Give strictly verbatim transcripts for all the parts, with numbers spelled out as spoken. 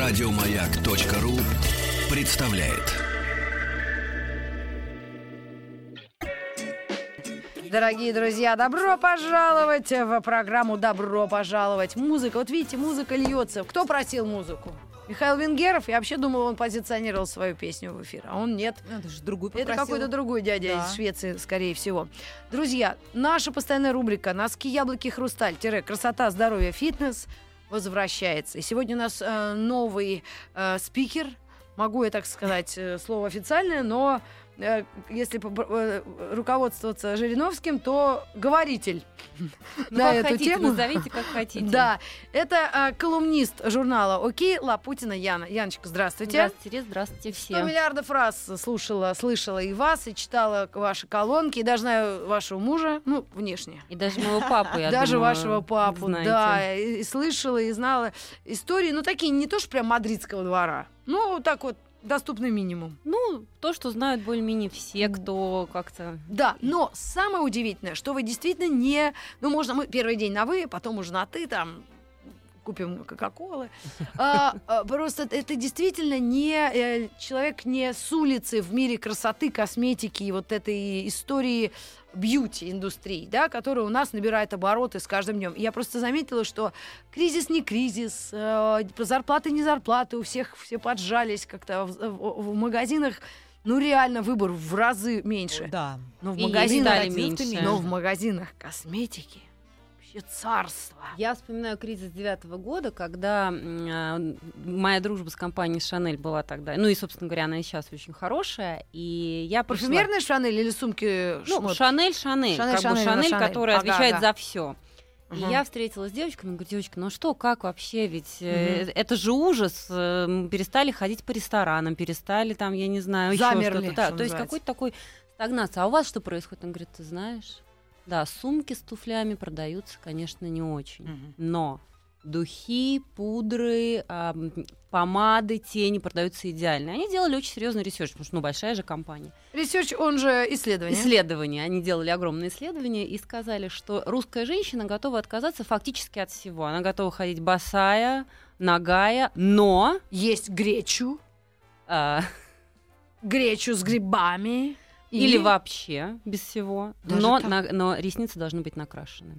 Радиомаяк.ру представляет. Дорогие друзья, добро пожаловать в программу «Добро пожаловать». Музыка. Вот видите, музыка льется. Кто просил музыку? Михаил Венгеров. Я вообще думала, он позиционировал свою песню в эфир, а он нет. Это же другой Это какой-то другой дядя Да. из Швеции, скорее всего. Друзья, наша постоянная рубрика «Носки, яблоки, хрусталь» – красота, здоровье, фитнес возвращается. И сегодня у нас э, новый э, спикер. Могу я так сказать э, слово официальное, но э, если э, руководствоваться Жириновским, то говоритель Ну, на как эту хотите, тему. назовите, как хотите. Да, это э, колумнист журнала «Окей» Лапутина Яна. Яночка, здравствуйте. Здравствуйте, Рез, здравствуйте Сто все. миллиардов раз слушала, слышала и вас, и читала ваши колонки, и даже знаю вашего мужа, ну, внешне. И даже моего папу, я Даже думаю, вашего папу, знаете. да, и, и слышала, и знала истории, ну, такие не то, что прям мадридского двора, ну, вот так вот, доступный минимум. Ну, то, что знают более-менее все, кто как-то... Да, но самое удивительное, что вы действительно не... Ну, можно мы первый день на «вы», потом уже на «ты», там, купим кока-колы. А, а, просто это действительно не э, человек не с улицы в мире красоты, косметики и вот этой истории бьюти-индустрии, да, которая у нас набирает обороты с каждым днем. Я просто заметила, что кризис не кризис, э, зарплаты не зарплаты, у всех все поджались как-то в, в- в магазинах. Ну, реально, выбор в разы меньше. Да. Но в И магазинах, стали меньше. но в магазинах косметики вообще царство. Я вспоминаю кризис девятого года, когда м, э, моя дружба с компанией Шанель была тогда, ну и, собственно говоря, она и сейчас очень хорошая, и я пришла... Парфюмерная Шанель или сумки Ну, шмот? Шанель, Шанель, Шанель, как бы Шанель, Шанель, Шанель. которая Ага, отвечает ага. за все. И Мгм. я встретилась с девочками, говорю, девочка, ну а что, как вообще, ведь э, это же ужас, э, мы перестали ходить по ресторанам, перестали там, я не знаю, еще Замерли, что-то. Да, что то есть называется. какой-то такой стагнация. А у вас что происходит? Он говорит, ты знаешь, да, сумки с туфлями продаются, конечно, не очень, Мгм. но духи, пудры, а, м, помады, тени продаются идеально. Они делали очень серьезный ресерч, потому что, ну, большая же компания. Ресерч, он же исследование. Исследования. Они делали огромные исследования и сказали, что русская женщина готова отказаться фактически от всего. Она готова ходить босая, нагая, но... Есть гречу, а, гречу с грибами. и- Или вообще без всего. Даже Но, так? на- но ресницы должны быть накрашены.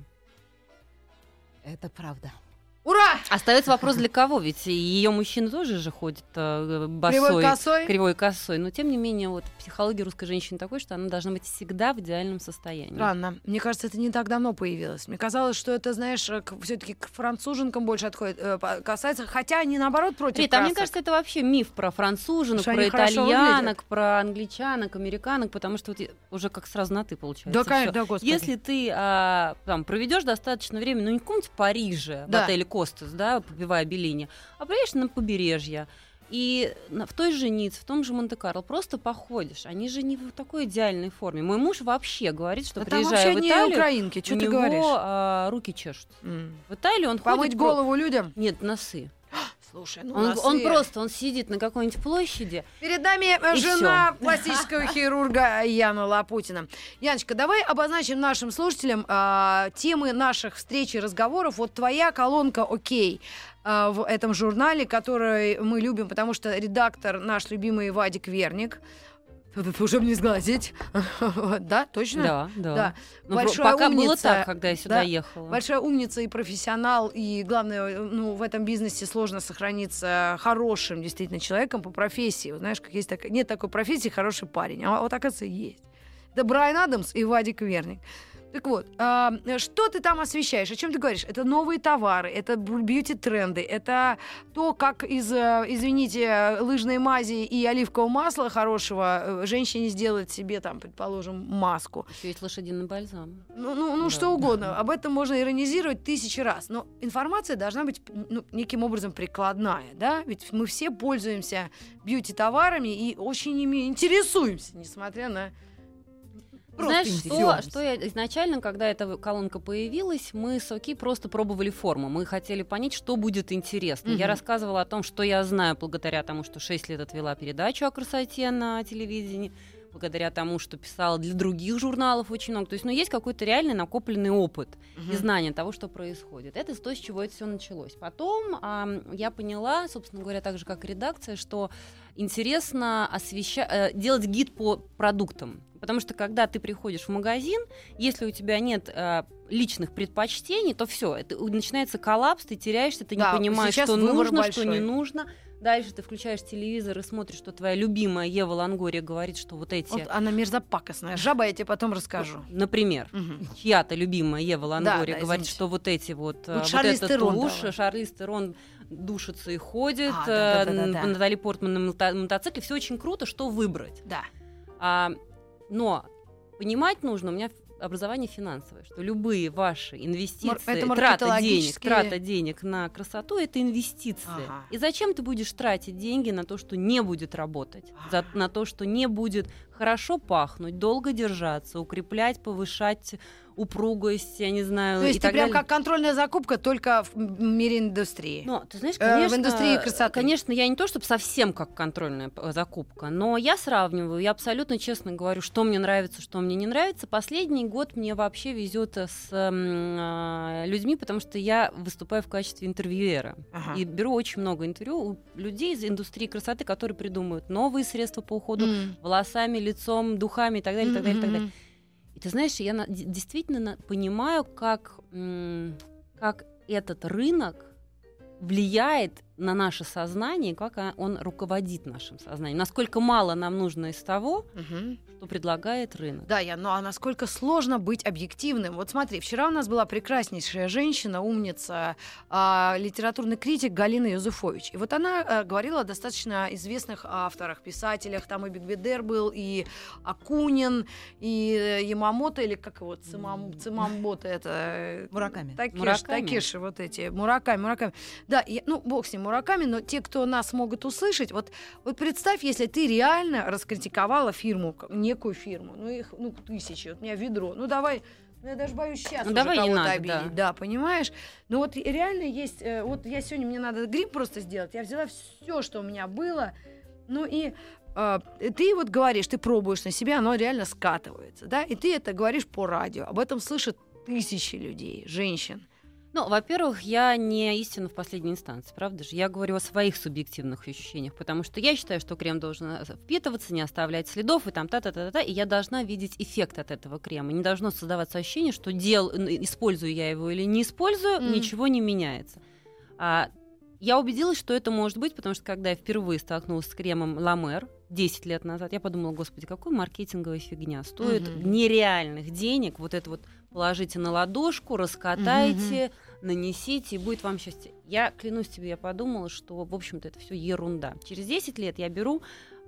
Это правда. Ура! Остается вопрос, для кого? Ведь ее мужчина тоже же ходит э, босой. Кривой косой. Кривой косой. Но тем не менее, вот психология русской женщины такой, что она должна быть всегда в идеальном состоянии. Странно. Мне кажется, это не так давно появилось. Мне казалось, что это, знаешь, все-таки к француженкам больше отходит, э, по- касается, хотя они наоборот против Рит, а мне красок. кажется, это вообще миф про француженок, Что про они хорошо итальянок, выглядят. про англичанок, американок, потому что вот и- уже как сразу на ты получается. Да, всё. конечно, да, господи. Если ты а, там проведешь достаточно времени, ну не в каком-нибудь Париже, Да. в отеле Костас, да, попивая Беллини, а приедешь на побережье. И на- в той же Ницце, в том же Монте-Карло просто походишь. Они же не в такой идеальной форме. Мой муж вообще говорит, что Да там приезжая вообще в не Италию, украинки, что у ты него говоришь? а, руки чешут. М. В Италию он Помыть ходит... про- голову людям? Нет, носы. Слушай, ну Он, носы. он просто, он сидит на какой-нибудь площади. Перед нами э, И жена пластического хирурга Яна Лапутина. Яночка, давай обозначим нашим слушателям а, темы наших встреч и разговоров. Вот твоя колонка «Окей» а, в этом журнале, который мы любим, потому что редактор наш любимый Вадик Верник. Уже мне сглазить. Да, точно? Да, да. Да. Ну, про- Большая пока было умница. так, когда я сюда Да. ехала. Большая умница и профессионал, и главное, ну, в этом бизнесе сложно сохраниться хорошим действительно человеком по профессии. Вот знаешь, как есть такая, нет такой профессии хороший парень, а вот оказывается есть. Это Брайан Адамс и Вадик Верник. Так вот, а, что ты там освещаешь? О чем ты говоришь? Это новые товары, это бьюти-тренды, это то, как из, э, извините, лыжной мази и оливкового масла хорошего э, женщине сделать себе, там, предположим, маску. Еще есть лошадиный бальзам. Ну, ну, ну Да. что угодно. Об этом можно иронизировать тысячи раз. Но информация должна быть ну, неким образом прикладная, да? Ведь мы все пользуемся бьюти-товарами и очень ими интересуемся, несмотря на... Просто Знаешь, что, интересуемся. что я изначально, когда эта колонка появилась, мы с Оки просто пробовали форму. Мы хотели понять, что будет интересно. Мгм. Я рассказывала о том, что я знаю благодаря тому, что шесть лет отвела передачу о красоте на телевидении. благодаря тому, что писала для других журналов очень много. То есть, ну, есть какой-то реальный накопленный опыт uh-huh. и знание того, что происходит. Это то, с чего это все началось. Потом а, я поняла, собственно говоря, так же, как и редакция, что интересно освеща... э, делать гид по продуктам. Потому что, когда ты приходишь в магазин, если у тебя нет э, личных предпочтений, то все, это начинается коллапс, ты теряешься, ты да, не понимаешь, что нужно, большой. что не нужно. Дальше ты включаешь телевизор и смотришь, что твоя любимая Ева Лонгория говорит, что вот эти... Вот она мерзопакостная. Жаба, я тебе потом расскажу. Например, угу. чья-то любимая Ева Лонгория да, говорит, извините. что вот эти вот... вот, вот Шарлиз этот Терон уж, дала. Шарлиз Терон душится и ходит, а, да, да, да, да, да. Натали Портман на мото- мотоцикле. Все очень круто, что выбрать. Да. А, но понимать нужно, у меня образование финансовое, что любые ваши инвестиции, это трата денег, трата денег на красоту — это инвестиции. Ага. И зачем ты будешь тратить деньги на то, что не будет работать, ага. за, на то, что не будет хорошо пахнуть, долго держаться, укреплять, повышать упругость, я не знаю. То есть и ты так прям далее. как контрольная закупка, только в мире индустрии. Ну, ты знаешь, э, конечно, в индустрии красоты. Конечно, я не то, чтобы совсем как контрольная закупка, но я сравниваю, я абсолютно честно говорю, что мне нравится, что мне не нравится. Последний год мне вообще везет с э, людьми, потому что я выступаю в качестве интервьюера. Ага. И беру очень много интервью у людей из индустрии красоты, которые придумывают новые средства по уходу Mm. волосами, лицом, духами и так далее, и так далее, и так далее. Mm-hmm. И ты знаешь, я на, действительно на, понимаю, как, м, как этот рынок влияет на наше сознание, как он руководит нашим сознанием. Насколько мало нам нужно из того, Угу. что предлагает рынок. Да, я, ну а насколько сложно быть объективным. Вот смотри, вчера у нас была прекраснейшая женщина, умница, э, литературный критик Галина Юзефович. И вот она э, говорила о достаточно известных авторах, писателях. Там и Бекбедер был, и Акунин, и э, Ямамото, или как его, Цимам, Цимамбота, это... Мураками. Такеши, Мураками. Такеши, вот эти, Мураками, Мураками. Да, и, ну, бог с ним, Мураками, но те, кто нас могут услышать, вот, вот представь, если ты реально раскритиковала фирму, некую фирму, ну их, ну, тысячи, вот у меня ведро, ну давай, ну, я даже боюсь сейчас Ну, уже давай не кого-то надо, обидеть, да. да, понимаешь? Ну вот реально есть, э, вот я сегодня, мне надо грим просто сделать, я взяла все, что у меня было, ну и э, ты вот говоришь, ты пробуешь на себя, оно реально скатывается, да, и ты это говоришь по радио, об этом слышат тысячи людей, женщин. Ну, во-первых, я не истина в последней инстанции, правда же? Я говорю о своих субъективных ощущениях, потому что я считаю, что крем должен впитываться, не оставлять следов, и там та-та-та-та, и я должна видеть эффект от этого крема. Не должно создаваться ощущение, что дел, использую я его или не использую, Mm. ничего не меняется. А, я убедилась, что это может быть, потому что когда я впервые столкнулась с кремом La Mer десять лет назад, я подумала, господи, какой маркетинговая фигня. Стоит Мгм. нереальных денег, вот это вот положите на ладошку, раскатайте, нанесите, и будет вам счастье. Я, клянусь тебе, я подумала, что, в общем-то, это все ерунда. Через десять лет я беру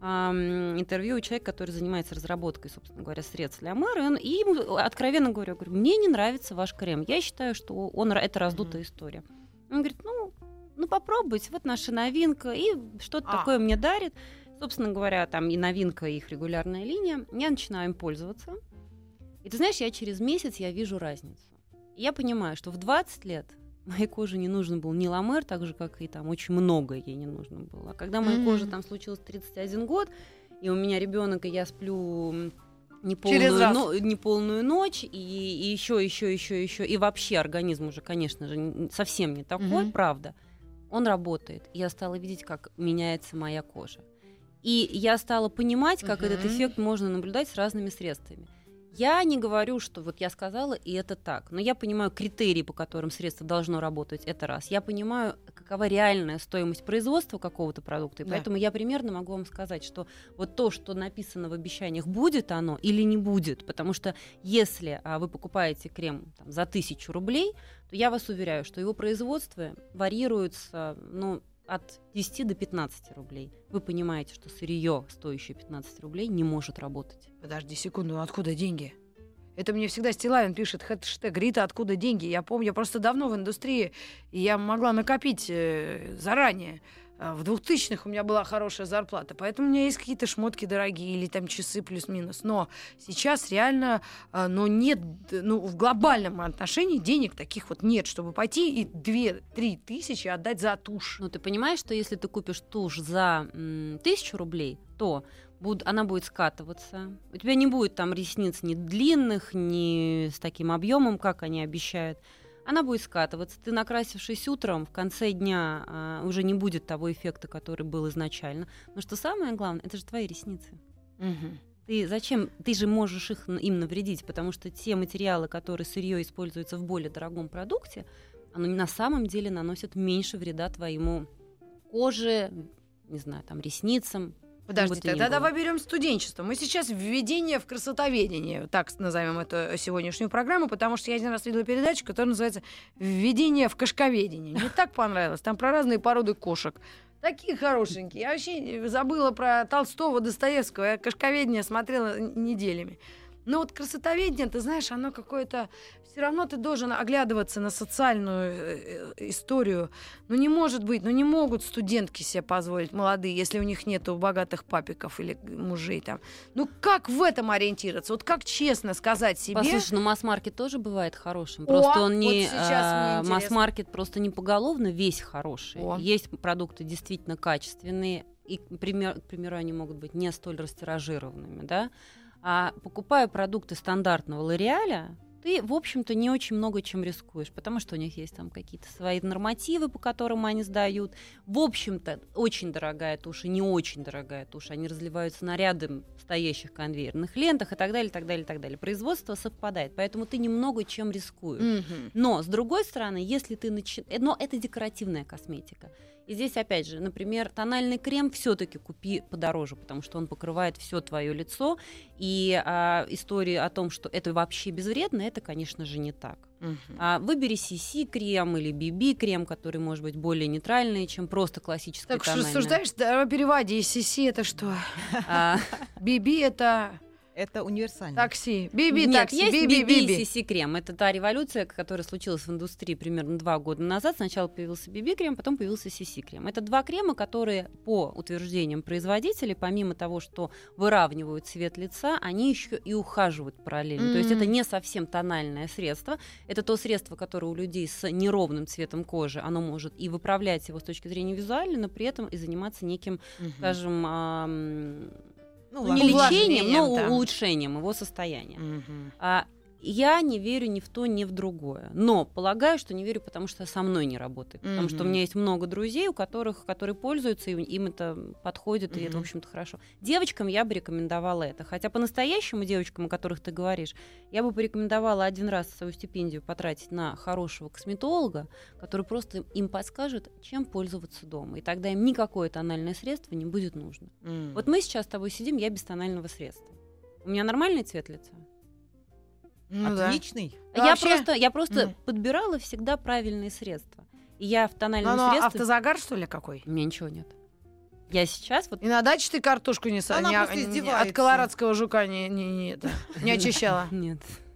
эм, интервью у человека, который занимается разработкой, собственно говоря, средств для мэра, и, он, и ему откровенно говорю, говорю, мне не нравится ваш крем. Я считаю, что он, это раздутая история. Он говорит, ну, ну попробуйте, вот наша новинка, и что-то А. такое мне дарит. Собственно говоря, там и новинка, и их регулярная линия. Я начинаю им пользоваться. И ты знаешь, я через месяц я вижу разницу. И я понимаю, что в двадцать лет моей коже не нужен был ни La Mer, так же, как и там очень много ей не нужно было. А когда моя Мгм. кожа там случилась тридцать один год, и у меня ребенок, и я сплю не Через полную, раз. но- не полную ночь, и еще, еще, еще, еще, и вообще организм уже, конечно же, н- совсем не такой, Мгм. правда. Он работает. И я стала видеть, как меняется моя кожа. И я стала понимать, как Мгм. этот эффект можно наблюдать с разными средствами. Я не говорю, что вот я сказала, и это так. Но я понимаю критерии, по которым средство должно работать, это раз. Я понимаю, какова реальная стоимость производства какого-то продукта, и Да. поэтому я примерно могу вам сказать, что вот то, что написано в обещаниях, будет оно или не будет. Потому что если а, вы покупаете крем там, за тысячу рублей, то я вас уверяю, что его производство варьируется, ну, от десяти до пятнадцати рублей. Вы понимаете, что сырье, стоящее пятнадцать рублей, не может работать. Подожди секунду, ну откуда деньги? Это мне всегда Стилавин пишет хэштег «Рита, откуда деньги?» Я помню, я просто давно в индустрии, и я могла накопить э, заранее. А в двухтысячных у меня была хорошая зарплата, поэтому у меня есть какие-то шмотки дорогие или там часы плюс-минус. Но сейчас реально, э, ну, нет, ну, в глобальном отношении денег таких вот нет, чтобы пойти и две-три тысячи отдать за тушь. Ну, ты понимаешь, что если ты купишь тушь за м, тысячу рублей, то буд- она будет скатываться. У тебя не будет там ресниц ни длинных, ни с таким объемом, как они обещают. Она будет скатываться. Ты, накрасившись утром, в конце дня а, уже не будет того эффекта, который был изначально. Но что самое главное, это же твои ресницы. Мгм. Ты зачем? Ты же можешь их н- им навредить, потому что те материалы, которые сырье используются в более дорогом продукте, оно на самом деле наносит меньше вреда твоему коже, не знаю, там, ресницам. Подожди, бы то ни тогда было. давай берем студенчество. Мы сейчас введение в красотоведение, так назовем эту сегодняшнюю программу, потому что я один раз видела передачу, которая называется «Введение в кошковедение». Мне так понравилось. Там про разные породы кошек. Такие хорошенькие. Я вообще забыла про Толстого, Достоевского. Я кошковедение смотрела неделями. Но вот красотоведение, ты знаешь, оно какое-то... Все равно ты должен оглядываться на социальную э, э, историю. Ну не может быть, ну не могут студентки себе позволить, молодые, если у них нету богатых папиков или мужей там. Ну как в этом ориентироваться? Вот как честно сказать себе... Послушай, ну масс-маркет тоже бывает хорошим. О, Просто он не... вот сейчас мне а, интересно. масс-маркет просто не поголовно весь хороший. О. Есть продукты действительно качественные, и, к пример- к примеру, они могут быть не столь растиражированными, да? А покупая продукты стандартного Лореаля, ты, в общем-то, не очень много чем рискуешь, потому что у них есть там какие-то свои нормативы, по которым они сдают. В общем-то, очень дорогая тушь и не очень дорогая тушь. Они разливаются на рядом стоящих конвейерных лентах и так далее, так далее, так далее. Производство совпадает, поэтому ты немного чем рискуешь. Мгм. Но, с другой стороны, если ты начинаешь... Но это декоративная косметика. И здесь, опять же, например, тональный крем все-таки купи подороже, потому что он покрывает все твое лицо. И а, история о том, что это вообще безвредно, это, конечно же, не так. Мгм. А, выбери си си-крем или би би-крем, который может быть более нейтральный, чем просто классический Так что тональный. рассуждаешь, да, переводи. си си это что? А, би би это Это универсально. такси. би би Нет, такси. есть би би би би би би. и си си-крем. Это та революция, которая случилась в индустрии примерно два года назад. Сначала появился би би-крем, потом появился си си-крем. Это два крема, которые, по утверждениям производителей, помимо того, что выравнивают цвет лица, они еще и ухаживают параллельно. То есть это М. не совсем тональное средство. Это то средство, которое у людей с неровным цветом кожи, оно может и выправлять его с точки зрения визуальной, но при этом и заниматься неким, Мгм. скажем, ам, Ну, ну, не ладно. лечением, но Увлажнением там. улучшением его состояния. Мгм. А, я не верю ни в то, ни в другое. Но полагаю, что не верю, потому что со мной не работает. Потому что у Мгм. меня есть много друзей, у которых, которые пользуются, и им это подходит, и это, в Мгм. общем-то, хорошо. Девочкам я бы рекомендовала это. Хотя по-настоящему девочкам, о которых ты говоришь, я бы порекомендовала один раз свою стипендию потратить на хорошего косметолога, который просто им подскажет, чем пользоваться дома. И тогда им никакое тональное средство не будет нужно. М. Вот мы сейчас с тобой сидим, я без тонального средства. У меня нормальный цвет лица? Ну да. Отличный. Да, я, вообще- просто, я просто Мгм. подбирала всегда правильные средства. И я в Ну, тональном оно средстве... автозагар, что ли, какой? У меня ничего нет. Я сейчас вот... И на даче ты картошку не, са- Она не- просто не- издевается. от колорадского жука не, не, не, это, не очищала. Нет.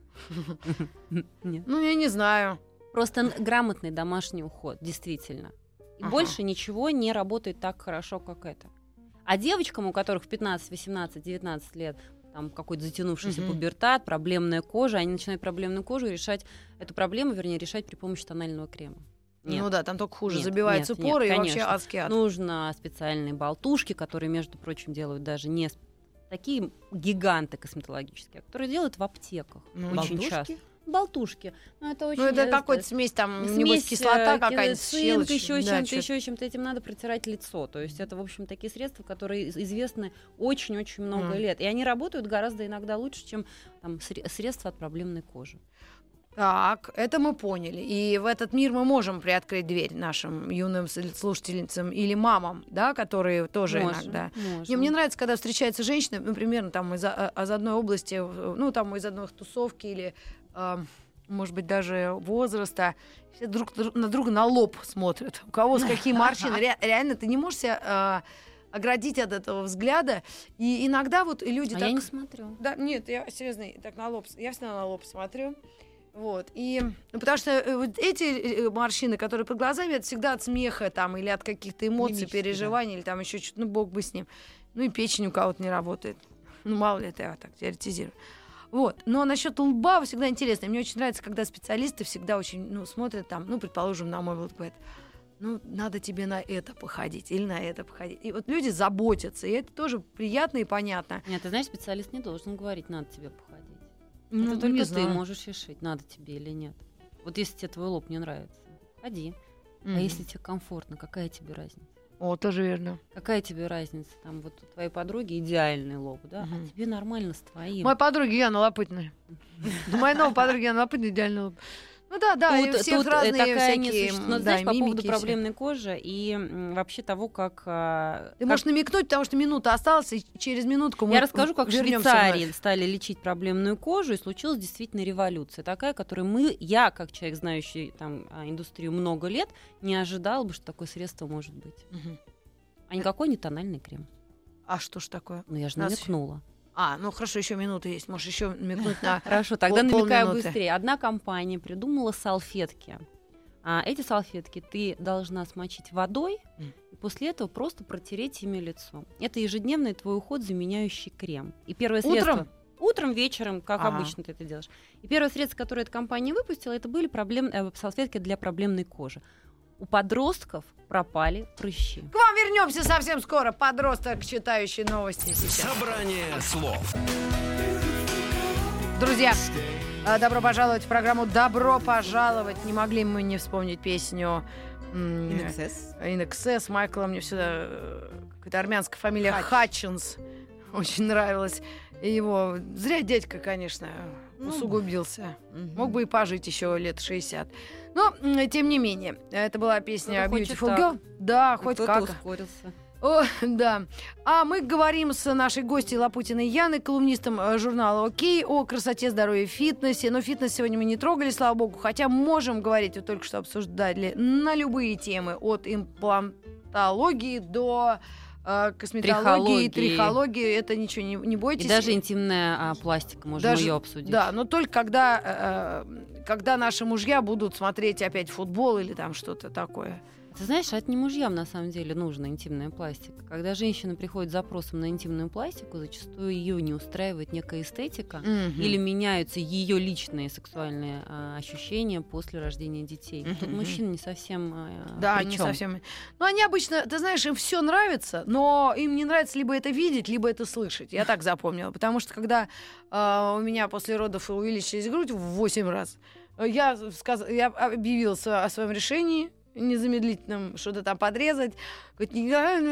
Нет. Ну, я не знаю. Просто н- грамотный домашний уход, действительно. И Ага. больше ничего не работает так хорошо, как это. А девочкам, у которых в пятнадцать, восемнадцать, девятнадцать лет там какой-то затянувшийся Мгм. пубертат, проблемная кожа, они начинают проблемную кожу решать, эту проблему, вернее, решать при помощи тонального крема. Нет. Ну да, там только хуже. Нет, Забиваются нет, нет, поры и вообще конечно. адский ад. Нужно специальные болтушки, которые, между прочим, делают даже не с- такие гиганты косметологические, а которые делают в аптеках. Ну, очень болтушки? часто. Болтушки. Ну, это очень Ну, это э, какой-то э, смесь, там, смесь, небось, кислота э, какая-нибудь, цинк, щелочь. еще Да, чем-то, чё-то. еще чем-то. Этим надо протирать лицо. То есть это, в общем, такие средства, которые из- известны очень-очень много Мгм. лет. И они работают гораздо иногда лучше, чем там, сре- средства от проблемной кожи. Так, это мы поняли. И в этот мир мы можем приоткрыть дверь нашим юным с- слушательницам или мамам, да, которые тоже Можем, иногда. можем. Не, мне нравится, когда встречаются женщины, ну, примерно там из, а- из одной области, э, ну, там из одной тусовки или, э, может быть, даже возраста. Все друг дру- на друга на лоб смотрят. У кого с какие морщины. Ре- реально, ты не можешь себя э, оградить от этого взгляда. И иногда вот люди А так... я не смотрю. Да, нет, я серьезно, так на лоб, с- я всегда на лоб смотрю. Вот, и ну, потому что э, вот эти э, морщины, которые под глазами, это всегда от смеха там или от каких-то эмоций, Мимические, переживаний, или там еще что-то, ну, бог бы с ним. Ну и печень у кого-то не работает. Ну, мало ли это я так теоретизирую. Вот. Но насчет лба всегда интересно. Мне очень нравится, когда специалисты всегда очень, ну, смотрят там, ну, предположим, на мой лоб, говорят, ну, надо тебе на это походить или на это походить. И вот люди заботятся, и это тоже приятно и понятно. Нет, ты знаешь, специалист не должен говорить, надо тебе походить. Ну, это только не ты знаю. можешь решить, надо тебе или нет. Вот если тебе твой лоб не нравится, ходи. Мгм. А если тебе комфортно, какая тебе разница? О, тоже верно. Какая тебе разница? Там вот у твоей подруги идеальный лоб, да? Мгм. А тебе нормально с твоим. Моя подруга Яна Лопытина. У моей новой подруги Яна Лопытина идеальный лоб. Ну да, да, и у Тут- всех тут, э, разные такая всякие, несущественно- Но да, знаешь, по поводу мимики и всё. проблемной кожи и м, вообще того, как... а, Ты как- можешь намекнуть, потому что минута осталась, и через минутку мы Я расскажу, как в вернёмся Швейцарии вновь. стали лечить проблемную кожу, и случилась действительно революция. Такая, которую мы, я, как человек, знающий там, а, индустрию много лет, не ожидала бы, что такое средство может быть. Мгм. А никакой не тональный крем. А что ж такое? Ну, я же Нас- намекнула. А, ну хорошо, еще минута есть. Можешь еще намекнуть на... Хорошо, тогда Пол- намекаю полминуты. быстрее. Одна компания придумала салфетки. А эти салфетки ты должна смочить водой, М. и после этого просто протереть ими лицо. Это ежедневный твой уход, заменяющий крем. И первое средство... Утром? Утром, вечером, как Ага. обычно ты это делаешь. И первое средство, которое эта компания выпустила, это были проблем... э, салфетки для проблемной кожи. У подростков пропали прыщи. К вам вернемся совсем скоро. Подросток, читающий новости сейчас. Собрание слов. Друзья, э, добро пожаловать в программу «Добро пожаловать». Не могли мы не вспомнить песню м, In Excess. In Excess. Майкла мне всегда э, какая-то армянская фамилия Хач. Хатчинс очень нравилась. И его зря дядька, конечно, Ну, усугубился. Мгм. Мог бы и пожить еще лет шестьдесят. Но, м, тем не менее, это была песня Кто-то хочет Beautiful так. Girl. Да, И хоть кто-то как. ускорился. О, да. А мы говорим с нашей гостьей Лопутиной Яной, колумнистом э, журнала «Окей», о красоте, здоровье, фитнесе. Но фитнес сегодня мы не трогали, слава богу, хотя можем говорить, вот только что обсуждали, на любые темы, от имплантологии до э, косметологии, Трихологии. трихологии. Это ничего, не, не бойтесь. И даже интимная а, пластика, можем Даже- ее обсудить. Да, но только когда, э, когда наши мужья будут смотреть опять футбол или там что-то такое. Ты знаешь, это не мужьям на самом деле нужна интимная пластика. Когда женщина приходит с запросом на интимную пластику, зачастую ее не устраивает некая эстетика, или меняются ее личные сексуальные а, ощущения после рождения детей. Тут Мгм. мужчина не совсем а, Да, причём. не совсем. Ну, они обычно, ты знаешь, им все нравится, но им не нравится либо это видеть, либо это слышать. Я так запомнила. Потому что когда э, у меня после родов увеличилась грудь в восемь раз, э, я, сказ... я объявила сво- о своем решении незамедлительном что-то там подрезать. Говорит, «Не-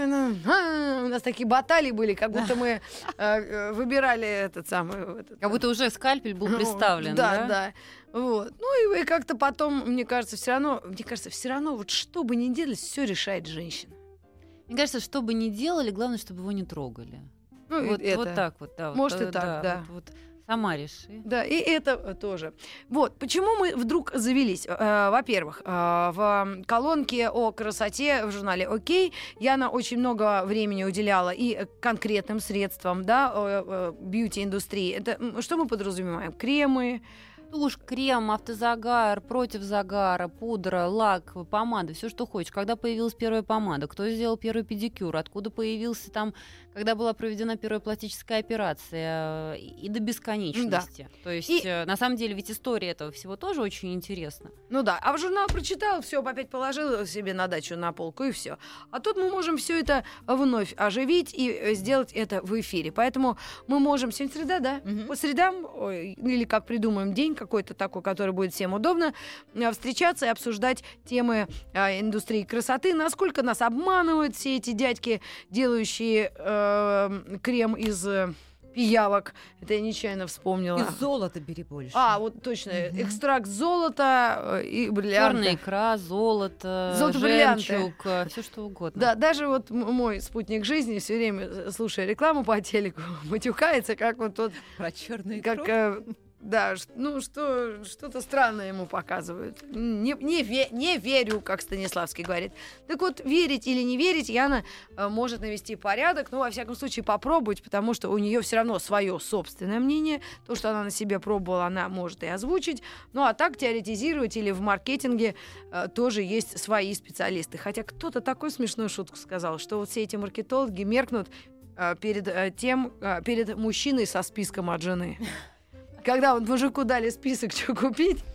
а, у нас такие баталии были, как будто мы э, э, выбирали этот самый... этот, Как будто уже скальпель был ну, представлен, да, да? да. Вот. Ну и, и как-то потом, мне кажется, все равно, мне кажется, все равно, вот что бы ни делали, все решает женщина. Мне кажется, что бы ни делали, главное, чтобы его не трогали. Ну, и вот, это. вот так вот, да. вот, Может, и э, так, да. Вот, вот сама реши. Да, и это э, тоже. Вот, почему мы вдруг завелись? Э, во-первых, э, в колонке о красоте в журнале «Окей» Яна очень много времени уделяла и конкретным средствам, да, э, э, бьюти-индустрии. Это м, что мы подразумеваем? Кремы, Тушь, крем, автозагар, против загара, пудра, лак, помада, все, что хочешь. Когда появилась первая помада, кто сделал первый педикюр, откуда появился там, когда была проведена первая пластическая операция, и до бесконечности. То есть, И- э, на самом деле, ведь история этого всего тоже очень интересна. ну да, а в журнал прочитал, все, опять положил себе на дачу на полку и все. А тут мы можем все это вновь оживить и э, сделать это в эфире. Поэтому мы можем сегодня среда, да? Мгм. По средам, ой, или как придумаем день какой-то такой, который будет всем удобно, э, встречаться и обсуждать темы э, индустрии красоты, насколько нас обманывают все эти дядьки, делающие э, крем из э, пиявок. Это я нечаянно вспомнила. И золото бери больше. А, вот точно, Мгм. экстракт золота э, и бриллианта. Черная икра, золото, Золото, бриллианты. жемчуг, все что угодно. Да, даже вот м- мой спутник жизни все время, э, слушая рекламу по телеку, матюкается, как вот тот, Про черную как, э, да, ш- ну что, что-то странное ему показывают. Не, не, ве- не верю, как Станиславский говорит. Так вот, верить или не верить, Яна э, может навести порядок, ну, во всяком случае, попробовать, потому что у нее все равно свое собственное мнение. То, что она на себе пробовала, она может и озвучить. Ну, а так теоретизировать или в маркетинге э, тоже есть свои специалисты. Хотя кто-то такую смешную шутку сказал, что вот все эти маркетологи меркнут э, перед э, тем, э, перед мужчиной со списком от жены. Когда вот мужику дали список, что купить,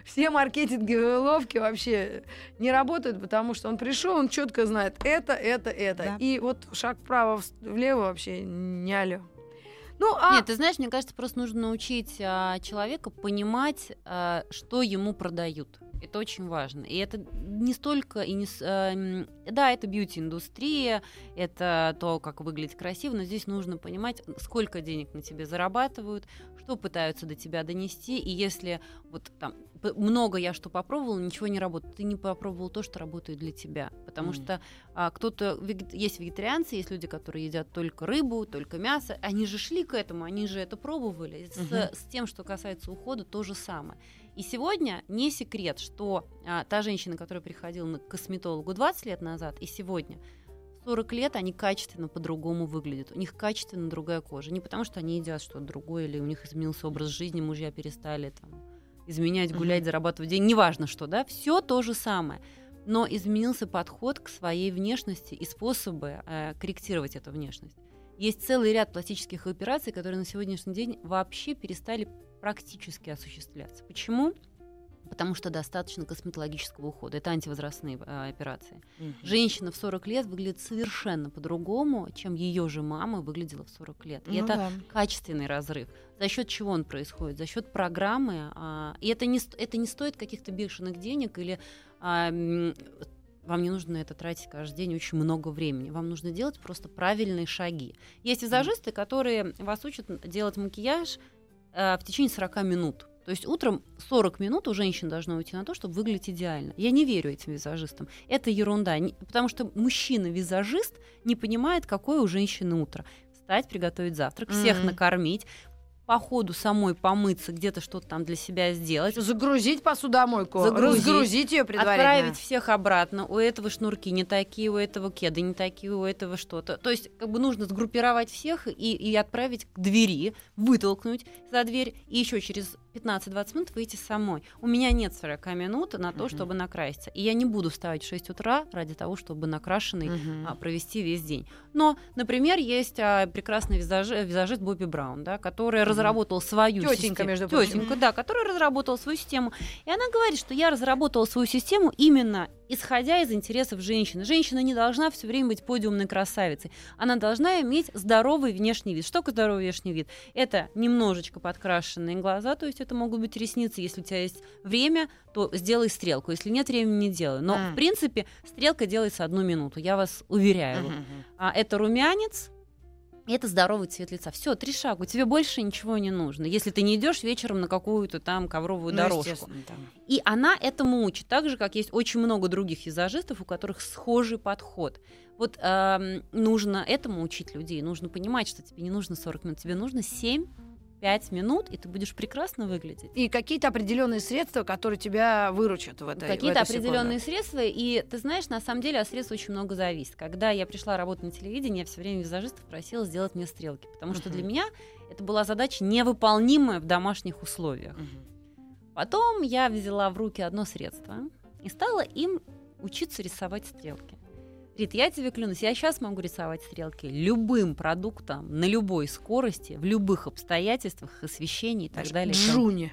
все маркетинговые уловки вообще не работают, потому что он пришел, он четко знает это, это, это. Да. И вот шаг вправо, влево вообще не алё. Ну, а... Нет, ты знаешь, мне кажется, просто нужно научить а, человека понимать, а, что ему продают. Это очень важно. И это не столько и не... Э, да, это бьюти-индустрия, это то, как выглядеть красиво, но здесь нужно понимать, сколько денег на тебе зарабатывают, что пытаются до тебя донести, и если вот там много я что попробовала, ничего не работает, ты не попробовал то, что работает для тебя. Потому mm. что а, кто-то... Вег... Есть вегетарианцы, есть люди, которые едят только рыбу, только мясо. Они же шли к этому, они же это пробовали. Mm-hmm. С, с тем, что касается ухода, то же самое. И сегодня не секрет, что а, та женщина, которая приходила к косметологу двадцать лет назад, и сегодня сорок лет, они качественно по-другому выглядят. У них качественно другая кожа. Не потому, что они едят что-то другое, или у них изменился образ жизни, мужья перестали там, изменять, гулять, mm-hmm. зарабатывать деньги. Неважно что, да, все то же самое. Но изменился подход к своей внешности и способы э, корректировать эту внешность. Есть целый ряд пластических операций, которые на сегодняшний день вообще перестали практически осуществляться. Почему? Потому что достаточно косметологического ухода. Это антивозрастные э, операции. Mm-hmm. Женщина в сорок лет выглядит совершенно по-другому, чем ее же мама выглядела в сорок лет. И ну это да. качественный разрыв. За счет чего он происходит? За счет программы. Э, и это не, это не стоит каких-то бешеных денег или... Э, вам не нужно на это тратить каждый день очень много времени. Вам нужно делать просто правильные шаги. Есть визажисты, которые вас учат делать макияж э, в течение сорок минут. То есть утром сорок минут у женщин должно уйти на то, чтобы выглядеть идеально. Я не верю этим визажистам. Это ерунда. Потому что мужчина-визажист не понимает, какое у женщины утро. Встать, приготовить завтрак, всех mm-hmm. накормить, по ходу самой помыться, где-то что-то там для себя сделать. Загрузить посудомойку, Загрузить, разгрузить ее предварительно. Отправить всех обратно. У этого шнурки не такие, у этого кеды не такие, у этого что-то. То есть как бы нужно сгруппировать всех и, и отправить к двери, вытолкнуть за дверь и еще через пятнадцать-двадцать минут выйти самой. У меня нет сорок минут на то, uh-huh. чтобы накраситься. И я не буду вставать в шесть утра ради того, чтобы накрашенный uh-huh. а, провести весь день. Но, например, есть а, прекрасный визаж, визажист Бобби Браун, да, который uh-huh. разработал свою Тётенька, систему. между прочим. Тётенька, да, которая разработала свою систему. И она говорит, что я разработала свою систему именно исходя из интересов женщины. Женщина не должна все время быть подиумной красавицей. Она должна иметь здоровый внешний вид. Что такое здоровый внешний вид? Это немножечко подкрашенные глаза, то есть это могут быть ресницы. Если у тебя есть время, то сделай стрелку. Если нет времени, не делай. Но, mm. в принципе, стрелка делается одну минуту, я вас уверяю. Mm-hmm. А, это румянец, это здоровый цвет лица. Все, три шага, тебе больше ничего не нужно. Если ты не идешь вечером на какую-то там ковровую ну, дорожку. Да. И она этому учит, так же, как есть очень много других визажистов, у которых схожий подход. Вот э, нужно этому учить людей. Нужно понимать, что тебе не нужно сорок минут, тебе нужно семь-пять минут, и ты будешь прекрасно выглядеть. И какие-то определенные средства, которые тебя выручат в этой Какие-то в эту определенные секунду. средства, и ты знаешь, на самом деле от средств очень много зависит. Когда я пришла работать на телевидении, я все время визажистов просила сделать мне стрелки, потому uh-huh. что для меня это была задача невыполнимая в домашних условиях. Uh-huh. Потом я взяла в руки одно средство и стала им учиться рисовать стрелки. Рит, я тебе клянусь, я сейчас могу рисовать стрелки любым продуктом, на любой скорости, в любых обстоятельствах, освещении и так далее. Джуни.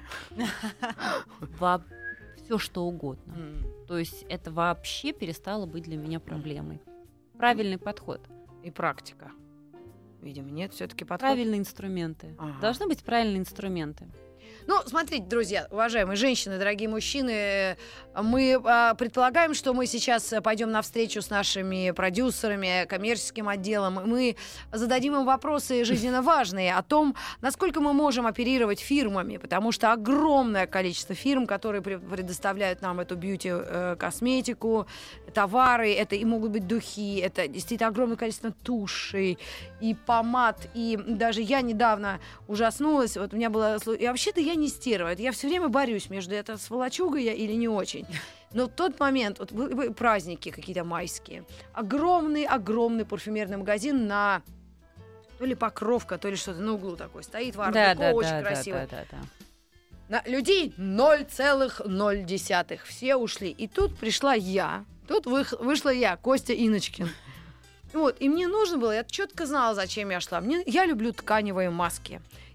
Все что угодно. Mm. То есть это вообще перестало быть для меня проблемой. Правильный подход. И практика. Видимо, нет, все-таки подход. Правильные инструменты. Ага. Должны быть правильные инструменты. Ну, смотрите, друзья, уважаемые женщины, дорогие мужчины, мы а, предполагаем, что мы сейчас пойдем на встречу с нашими продюсерами, коммерческим отделом. Мы зададим им вопросы жизненно важные о том, насколько мы можем оперировать фирмами, потому что огромное количество фирм, которые предоставляют нам эту бьюти-косметику, товары, это и могут быть духи, это действительно огромное количество тушей и помад, и даже я недавно ужаснулась, вот у меня было... И вообще-то я не стерва, я все время борюсь между это сволочугой я или не очень. Но в тот момент, вот праздники какие-то майские, огромный-огромный парфюмерный магазин на то ли Покровка, то ли что-то на углу такой стоит, в да, ар-деко, да, очень да, красиво. Да, да, да, да. На людей ноль целых ноль десятых, все ушли. И тут пришла я, тут вы, вышла я, Костя Иночкин. Вот, и мне нужно было, я четко знала, зачем я шла. Мне, я люблю тканевые маски.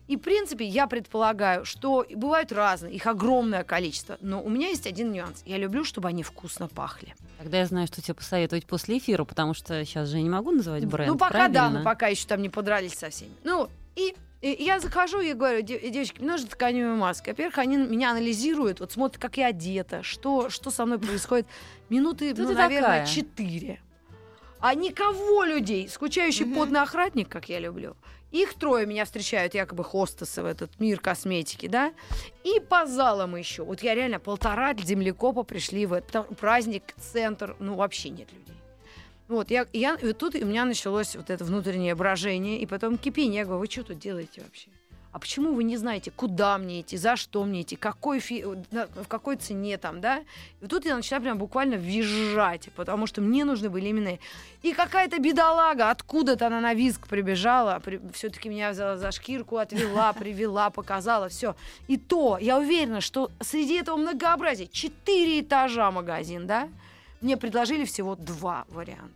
И, в принципе, я предполагаю, что бывают разные, их огромное количество. Но у меня есть один нюанс. Я люблю, чтобы они вкусно пахли. Тогда я знаю, что тебе посоветовать после эфира, потому что сейчас же я не могу называть бренд, Ну, пока правильно? да, но пока еще там не подрались со всеми. Ну, и, и я захожу и говорю: девочки, мне нужна тканевая маска. Во-первых, они меня анализируют, вот смотрят, как я одета, что, что со мной происходит. Минуты, Кто ну, ты наверное, такая? четыре. А никого людей, скучающий Мгм. потный охранник, как я люблю. Их трое меня встречают, якобы хостесы в этот мир косметики, да? И по залам еще. Вот я реально полтора землекопа пришли в этот там праздник, центр, ну вообще нет людей. Вот, я, я, и вот тут у меня началось вот это внутреннее брожение, и потом кипение. Я говорю: вы что тут делаете вообще? А почему вы не знаете, куда мне идти, за что мне идти, какой фи... в какой цене там, да? И вот тут я начала прям буквально визжать, потому что мне нужны были именно... И какая-то бедолага, откуда-то она на визг прибежала, при... все-таки меня взяла за шкирку, отвела, привела, показала, все. И то, я уверена, что среди этого многообразия четыре этажа магазин, да? Мне предложили всего два варианта.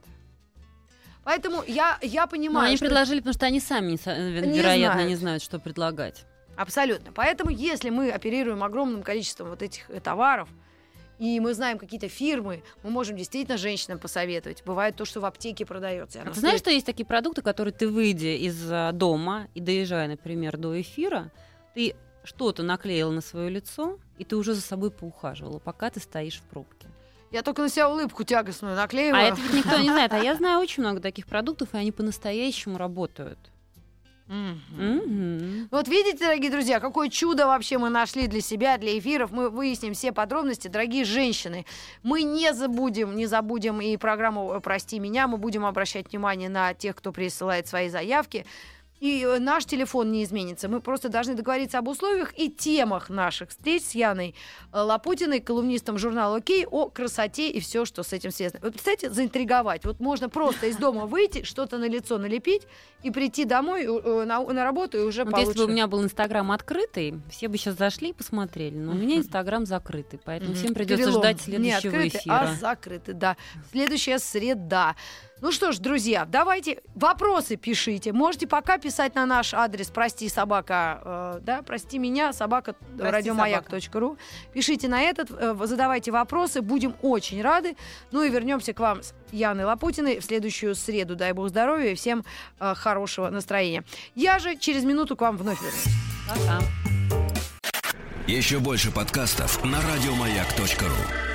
Поэтому я, я Ну, понимаю, они что... предложили, потому что они сами, не со- Не вероятно, знают. не знают, что предлагать. Абсолютно. Поэтому, если мы оперируем огромным количеством вот этих э, товаров, и мы знаем какие-то фирмы, мы можем действительно женщинам посоветовать. Бывает то, что в аптеке продается. А ты знаешь, что есть такие продукты, которые ты, выйдя из а, дома и доезжая, например, до эфира, ты что-то наклеила на свое лицо, и ты уже за собой поухаживала, пока ты стоишь в пробке. Я только на себя улыбку тягостную А наклеиваю. это ведь никто не знает. А я знаю очень много таких продуктов, и они по-настоящему работают. Мгм. Мгм. Вот видите, дорогие друзья, какое чудо вообще мы нашли для себя, для эфиров. Мы выясним все подробности. Дорогие женщины, мы не забудем, не забудем и программу «Прости меня». Мы будем обращать внимание на тех, кто присылает свои заявки. И э, наш телефон не изменится. Мы просто должны договориться об условиях и темах наших встреч с Яной э, Лопутиной, колумнистом журнала «Окей», о красоте и все, что с этим связано. Вот, представляете, заинтриговать. Вот можно просто из дома выйти, что-то на лицо налепить и прийти домой э, на, на работу и уже Вот получше. если бы у меня был Инстаграм открытый, все бы сейчас зашли и посмотрели. Но у меня Инстаграм закрытый, поэтому Мгм. всем придется Перелом. ждать Не следующего открытый, эфира. а закрытый, да. Следующая среда. Ну что ж, друзья, давайте вопросы пишите. Можете пока писать на наш адрес прости собака, э, да, прости меня, собака радиомаяк точка ру. Пишите на этот, э, задавайте вопросы, будем очень рады. Ну и вернемся к вам с Яной Лопутиной в следующую среду. Дай бог здоровья и всем э, хорошего настроения. Я же через минуту к вам вновь вернусь. Пока. Еще больше подкастов на радиомаяк точка ру.